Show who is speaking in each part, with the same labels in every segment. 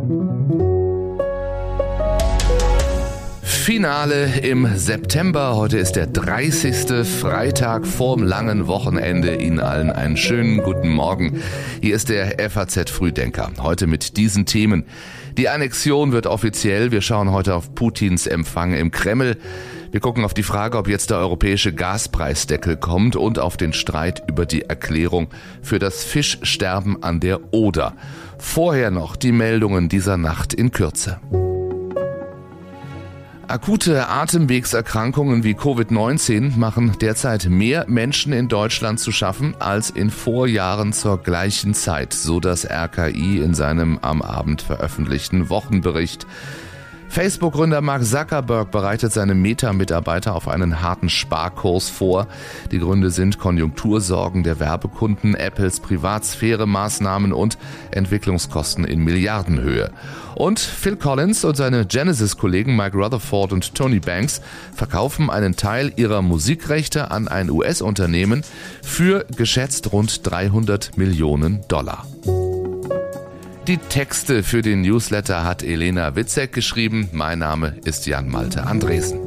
Speaker 1: Finale im September. Heute ist der 30. Freitag vorm langen Wochenende. Ihnen allen einen schönen guten Morgen. Hier ist der FAZ Frühdenker. Heute mit diesen Themen. Die Annexion wird offiziell. Wir schauen heute auf Putins Empfang im Kreml. Wir gucken auf die Frage, ob jetzt der europäische Gaspreisdeckel kommt und auf den Streit über die Erklärung für das Fischsterben an der Oder. Vorher noch die Meldungen dieser Nacht in Kürze. Akute Atemwegserkrankungen wie Covid-19 machen derzeit mehr Menschen in Deutschland zu schaffen als in Vorjahren zur gleichen Zeit, so das RKI in seinem am Abend veröffentlichten Wochenbericht. Facebook-Gründer Mark Zuckerberg bereitet seine Meta-Mitarbeiter auf einen harten Sparkurs vor. Die Gründe sind Konjunktursorgen der Werbekunden, Apples Privatsphäre-Maßnahmen und Entwicklungskosten in Milliardenhöhe. Und Phil Collins und seine Genesis-Kollegen Mike Rutherford und Tony Banks verkaufen einen Teil ihrer Musikrechte an ein US-Unternehmen für geschätzt rund $300 Millionen. Die Texte für den Newsletter hat Elena Witzek geschrieben. Mein Name ist Jan Malte Andresen.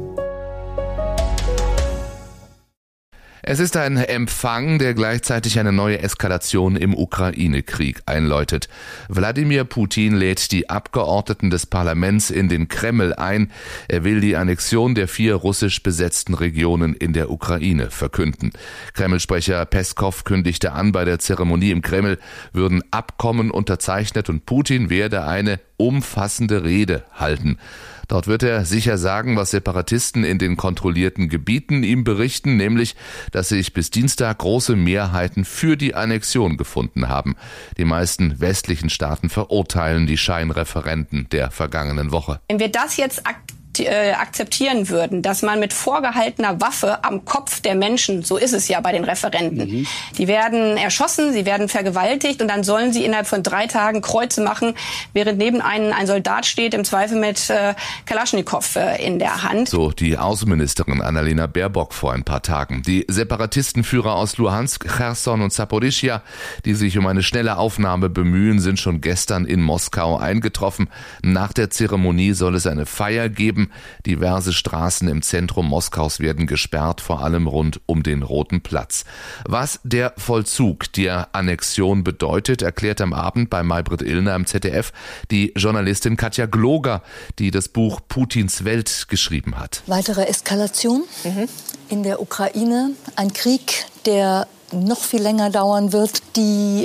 Speaker 1: Es ist ein Empfang, der gleichzeitig eine neue Eskalation im Ukraine-Krieg einläutet. Wladimir Putin lädt die Abgeordneten des Parlaments in den Kreml ein. Er will die Annexion der 4 russisch besetzten Regionen in der Ukraine verkünden. Kreml-Sprecher Peskow kündigte an, bei der Zeremonie im Kreml würden Abkommen unterzeichnet und Putin werde eine umfassende Rede halten. Dort wird er sicher sagen, was Separatisten in den kontrollierten Gebieten ihm berichten, nämlich, dass sich bis Dienstag große Mehrheiten für die Annexion gefunden haben. Die meisten westlichen Staaten verurteilen die Scheinreferenden der vergangenen Woche.
Speaker 2: Wenn wir das jetzt akzeptieren würden, dass man mit vorgehaltener Waffe am Kopf der Menschen, so ist es ja bei den Referenden, die werden erschossen, sie werden vergewaltigt und dann sollen sie innerhalb von 3 Tagen Kreuze machen, während neben ihnen ein Soldat steht, im Zweifel mit Kalaschnikow in der Hand.
Speaker 1: So die Außenministerin Annalena Baerbock vor ein paar Tagen. Die Separatistenführer aus Luhansk, Cherson und Saporischschja, die sich um eine schnelle Aufnahme bemühen, sind schon gestern in Moskau eingetroffen. Nach der Zeremonie soll es eine Feier geben. Diverse Straßen im Zentrum Moskaus werden gesperrt, vor allem rund um den Roten Platz. Was der Vollzug der Annexion bedeutet, erklärt am Abend bei Maybrit Illner im ZDF die Journalistin Katja Gloger, die das Buch Putins Welt geschrieben hat.
Speaker 3: Weitere Eskalation in der Ukraine, ein Krieg, der noch viel länger dauern wird. Die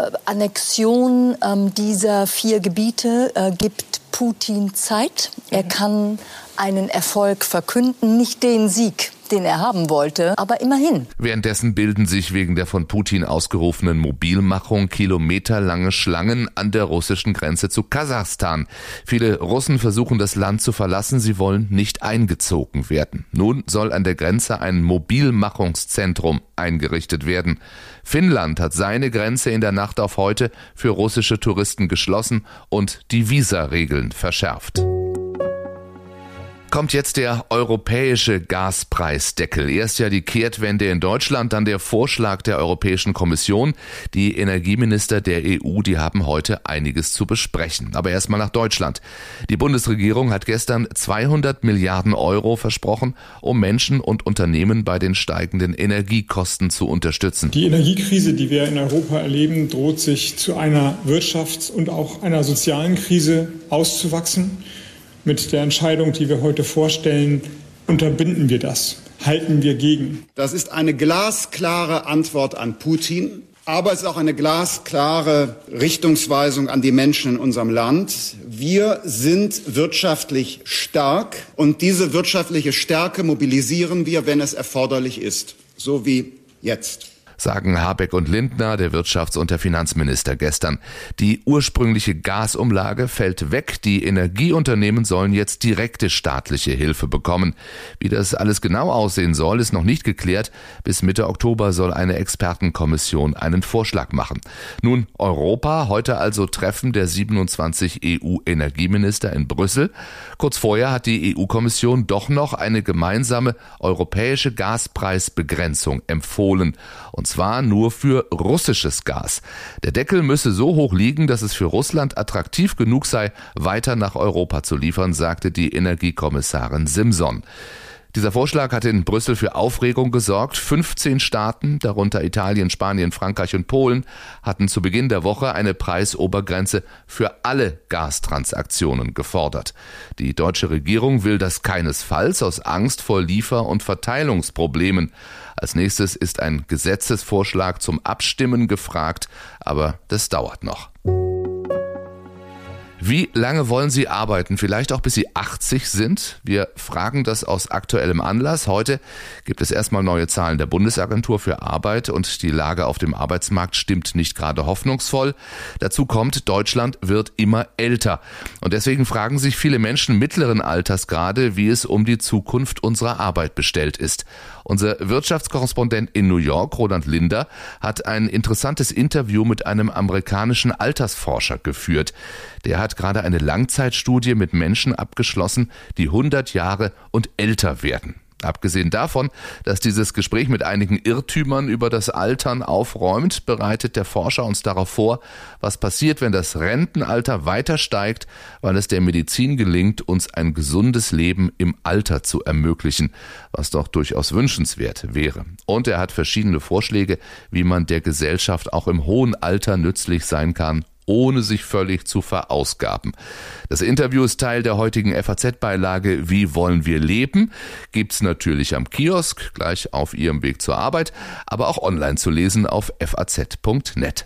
Speaker 3: Annexion dieser 4 Gebiete gibt Putin Zeit. Er kann einen Erfolg verkünden, nicht den Sieg, den er haben wollte, aber immerhin.
Speaker 1: Währenddessen bilden sich wegen der von Putin ausgerufenen Mobilmachung kilometerlange Schlangen an der russischen Grenze zu Kasachstan. Viele Russen versuchen, das Land zu verlassen, sie wollen nicht eingezogen werden. Nun soll an der Grenze ein Mobilmachungszentrum eingerichtet werden. Finnland hat seine Grenze in der Nacht auf heute für russische Touristen geschlossen und die Visaregeln verschärft. Kommt jetzt der europäische Gaspreisdeckel. Erst ja die Kehrtwende in Deutschland, dann der Vorschlag der Europäischen Kommission. Die Energieminister der EU, die haben heute einiges zu besprechen. Aber erstmal nach Deutschland. Die Bundesregierung hat gestern 200 Milliarden Euro versprochen, um Menschen und Unternehmen bei den steigenden Energiekosten zu unterstützen.
Speaker 4: Die Energiekrise, die wir in Europa erleben, droht sich zu einer Wirtschafts- und auch einer sozialen Krise auszuwachsen. Mit der Entscheidung, die wir heute vorstellen, unterbinden wir das, halten wir gegen.
Speaker 5: Das ist eine glasklare Antwort an Putin, aber es ist auch eine glasklare Richtungsweisung an die Menschen in unserem Land. Wir sind wirtschaftlich stark und diese wirtschaftliche Stärke mobilisieren wir, wenn es erforderlich ist, so wie jetzt.
Speaker 1: Sagen Habeck und Lindner, der Wirtschafts- und der Finanzminister gestern. Die ursprüngliche Gasumlage fällt weg. Die Energieunternehmen sollen jetzt direkte staatliche Hilfe bekommen. Wie das alles genau aussehen soll, ist noch nicht geklärt. Bis Mitte Oktober soll eine Expertenkommission einen Vorschlag machen. Nun Europa, heute also Treffen der 27 EU-Energieminister in Brüssel. Kurz vorher hat die EU-Kommission doch noch eine gemeinsame europäische Gaspreisbegrenzung empfohlen. Und zwar nur für russisches Gas. Der Deckel müsse so hoch liegen, dass es für Russland attraktiv genug sei, weiter nach Europa zu liefern, sagte die Energiekommissarin Simson. Dieser Vorschlag hat in Brüssel für Aufregung gesorgt. 15 Staaten, darunter Italien, Spanien, Frankreich und Polen, hatten zu Beginn der Woche eine Preisobergrenze für alle Gastransaktionen gefordert. Die deutsche Regierung will das keinesfalls aus Angst vor Liefer- und Verteilungsproblemen. Als nächstes ist ein Gesetzesvorschlag zum Abstimmen gefragt, aber das dauert noch. Wie lange wollen Sie arbeiten? Vielleicht auch bis Sie 80 sind? Wir fragen das aus aktuellem Anlass. Heute gibt es erstmal neue Zahlen der Bundesagentur für Arbeit und die Lage auf dem Arbeitsmarkt stimmt nicht gerade hoffnungsvoll. Dazu kommt, Deutschland wird immer älter. Und deswegen fragen sich viele Menschen mittleren Alters gerade, wie es um die Zukunft unserer Arbeit bestellt ist. Unser Wirtschaftskorrespondent in New York, Roland Linder, hat ein interessantes Interview mit einem amerikanischen Altersforscher geführt. Der hat gerade eine Langzeitstudie mit Menschen abgeschlossen, die 100 Jahre und älter werden. Abgesehen davon, dass dieses Gespräch mit einigen Irrtümern über das Altern aufräumt, bereitet der Forscher uns darauf vor, was passiert, wenn das Rentenalter weiter steigt, weil es der Medizin gelingt, uns ein gesundes Leben im Alter zu ermöglichen, was doch durchaus wünschenswert wäre. Und er hat verschiedene Vorschläge, wie man der Gesellschaft auch im hohen Alter nützlich sein kann, ohne sich völlig zu verausgaben. Das Interview ist Teil der heutigen FAZ-Beilage Wie wollen wir leben? Gibt's natürlich am Kiosk, gleich auf Ihrem Weg zur Arbeit, aber auch online zu lesen auf faz.net.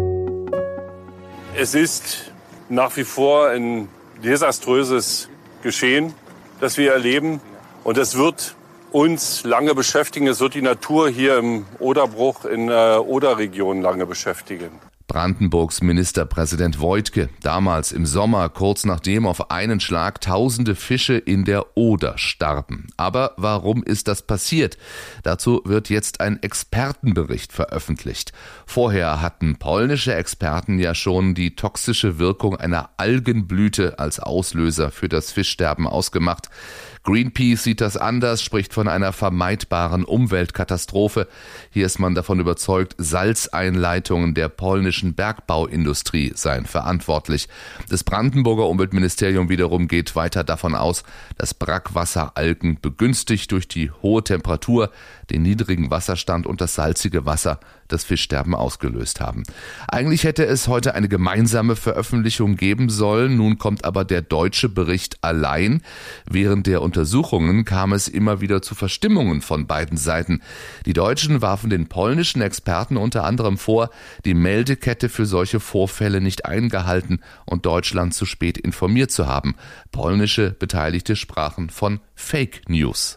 Speaker 6: Es ist nach wie vor ein desaströses Geschehen, das wir erleben. Und es wird uns lange beschäftigen. Es wird die Natur hier im Oderbruch in der Oderregion lange beschäftigen.
Speaker 1: Brandenburgs Ministerpräsident Woidke, damals im Sommer, kurz nachdem auf einen Schlag tausende Fische in der Oder starben. Aber warum ist das passiert? Dazu wird jetzt ein Expertenbericht veröffentlicht. Vorher hatten polnische Experten ja schon die toxische Wirkung einer Algenblüte als Auslöser für das Fischsterben ausgemacht. Greenpeace sieht das anders, spricht von einer vermeidbaren Umweltkatastrophe. Hier ist man davon überzeugt, Salzeinleitungen der polnischen Bergbauindustrie seien verantwortlich. Das Brandenburger Umweltministerium wiederum geht weiter davon aus, dass Brackwasseralgen begünstigt durch die hohe Temperatur, den niedrigen Wasserstand und das salzige Wasser das Fischsterben ausgelöst haben. Eigentlich hätte es heute eine gemeinsame Veröffentlichung geben sollen, nun kommt aber der deutsche Bericht allein. Während der Untersuchungen kam es immer wieder zu Verstimmungen von beiden Seiten. Die Deutschen warfen den polnischen Experten unter anderem vor, die Meldekette für solche Vorfälle nicht eingehalten und Deutschland zu spät informiert zu haben. Polnische Beteiligte sprachen von Fake News.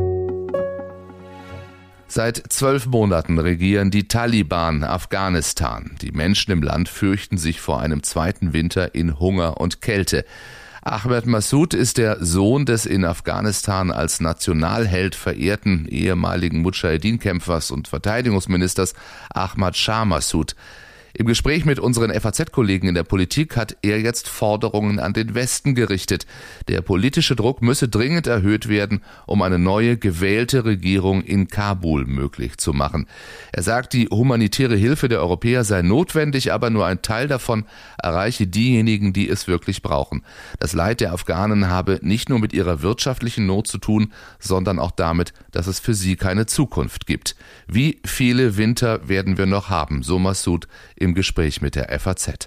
Speaker 1: Seit 12 Monaten regieren die Taliban Afghanistan. Die Menschen im Land fürchten sich vor einem zweiten Winter in Hunger und Kälte. Ahmed Massoud ist der Sohn des in Afghanistan als Nationalheld verehrten ehemaligen Mudschahedin-Kämpfers und Verteidigungsministers Ahmad Shah Massoud. Im Gespräch mit unseren FAZ-Kollegen in der Politik hat er jetzt Forderungen an den Westen gerichtet. Der politische Druck müsse dringend erhöht werden, um eine neue gewählte Regierung in Kabul möglich zu machen. Er sagt, die humanitäre Hilfe der Europäer sei notwendig, aber nur ein Teil davon erreiche diejenigen, die es wirklich brauchen. Das Leid der Afghanen habe nicht nur mit ihrer wirtschaftlichen Not zu tun, sondern auch damit, dass es für sie keine Zukunft gibt. Wie viele Winter werden wir noch haben, so Massoud im Gespräch mit der FAZ.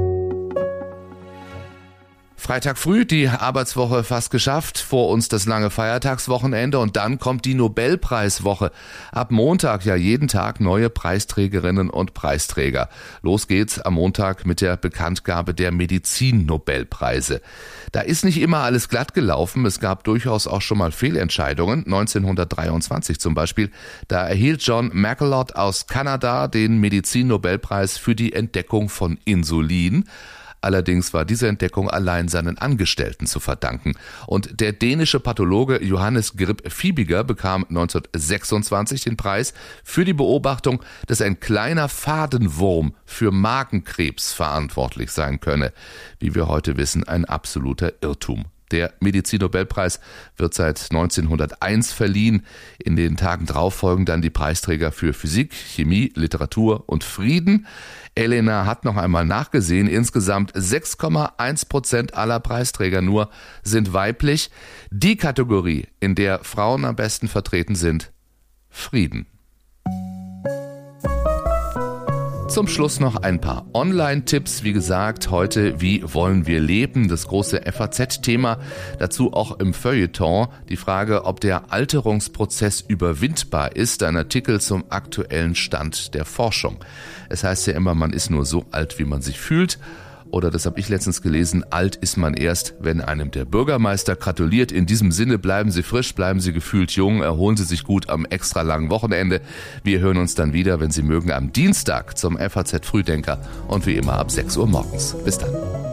Speaker 1: Freitag früh, die Arbeitswoche fast geschafft, vor uns das lange Feiertagswochenende und dann kommt die Nobelpreiswoche. Ab Montag ja jeden Tag neue Preisträgerinnen und Preisträger. Los geht's am Montag mit der Bekanntgabe der Medizin-Nobelpreise. Da ist nicht immer alles glatt gelaufen, es gab durchaus auch schon mal Fehlentscheidungen. 1923 zum Beispiel, da erhielt John McAuliffe aus Kanada den Medizin-Nobelpreis für die Entdeckung von Insulin. Allerdings war diese Entdeckung allein seinen Angestellten zu verdanken. Und der dänische Pathologe Johannes Grip-Fibiger bekam 1926 den Preis für die Beobachtung, dass ein kleiner Fadenwurm für Magenkrebs verantwortlich sein könne. Wie wir heute wissen, ein absoluter Irrtum. Der Medizinnobelpreis wird seit 1901 verliehen. In den Tagen drauf folgen dann die Preisträger für Physik, Chemie, Literatur und Frieden. Elena hat noch einmal nachgesehen. Insgesamt 6,1% aller Preisträger nur sind weiblich. Die Kategorie, in der Frauen am besten vertreten sind: Frieden. Zum Schluss noch ein paar Online-Tipps. Wie gesagt, heute Wie wollen wir leben? Das große FAZ-Thema. Dazu auch im Feuilleton die Frage, ob der Alterungsprozess überwindbar ist. Ein Artikel zum aktuellen Stand der Forschung. Es heißt ja immer, man ist nur so alt, wie man sich fühlt. Oder, das habe ich letztens gelesen, alt ist man erst, wenn einem der Bürgermeister gratuliert. In diesem Sinne, bleiben Sie frisch, bleiben Sie gefühlt jung, erholen Sie sich gut am extra langen Wochenende. Wir hören uns dann wieder, wenn Sie mögen, am Dienstag zum FAZ Frühdenker und wie immer ab 6 Uhr morgens. Bis dann.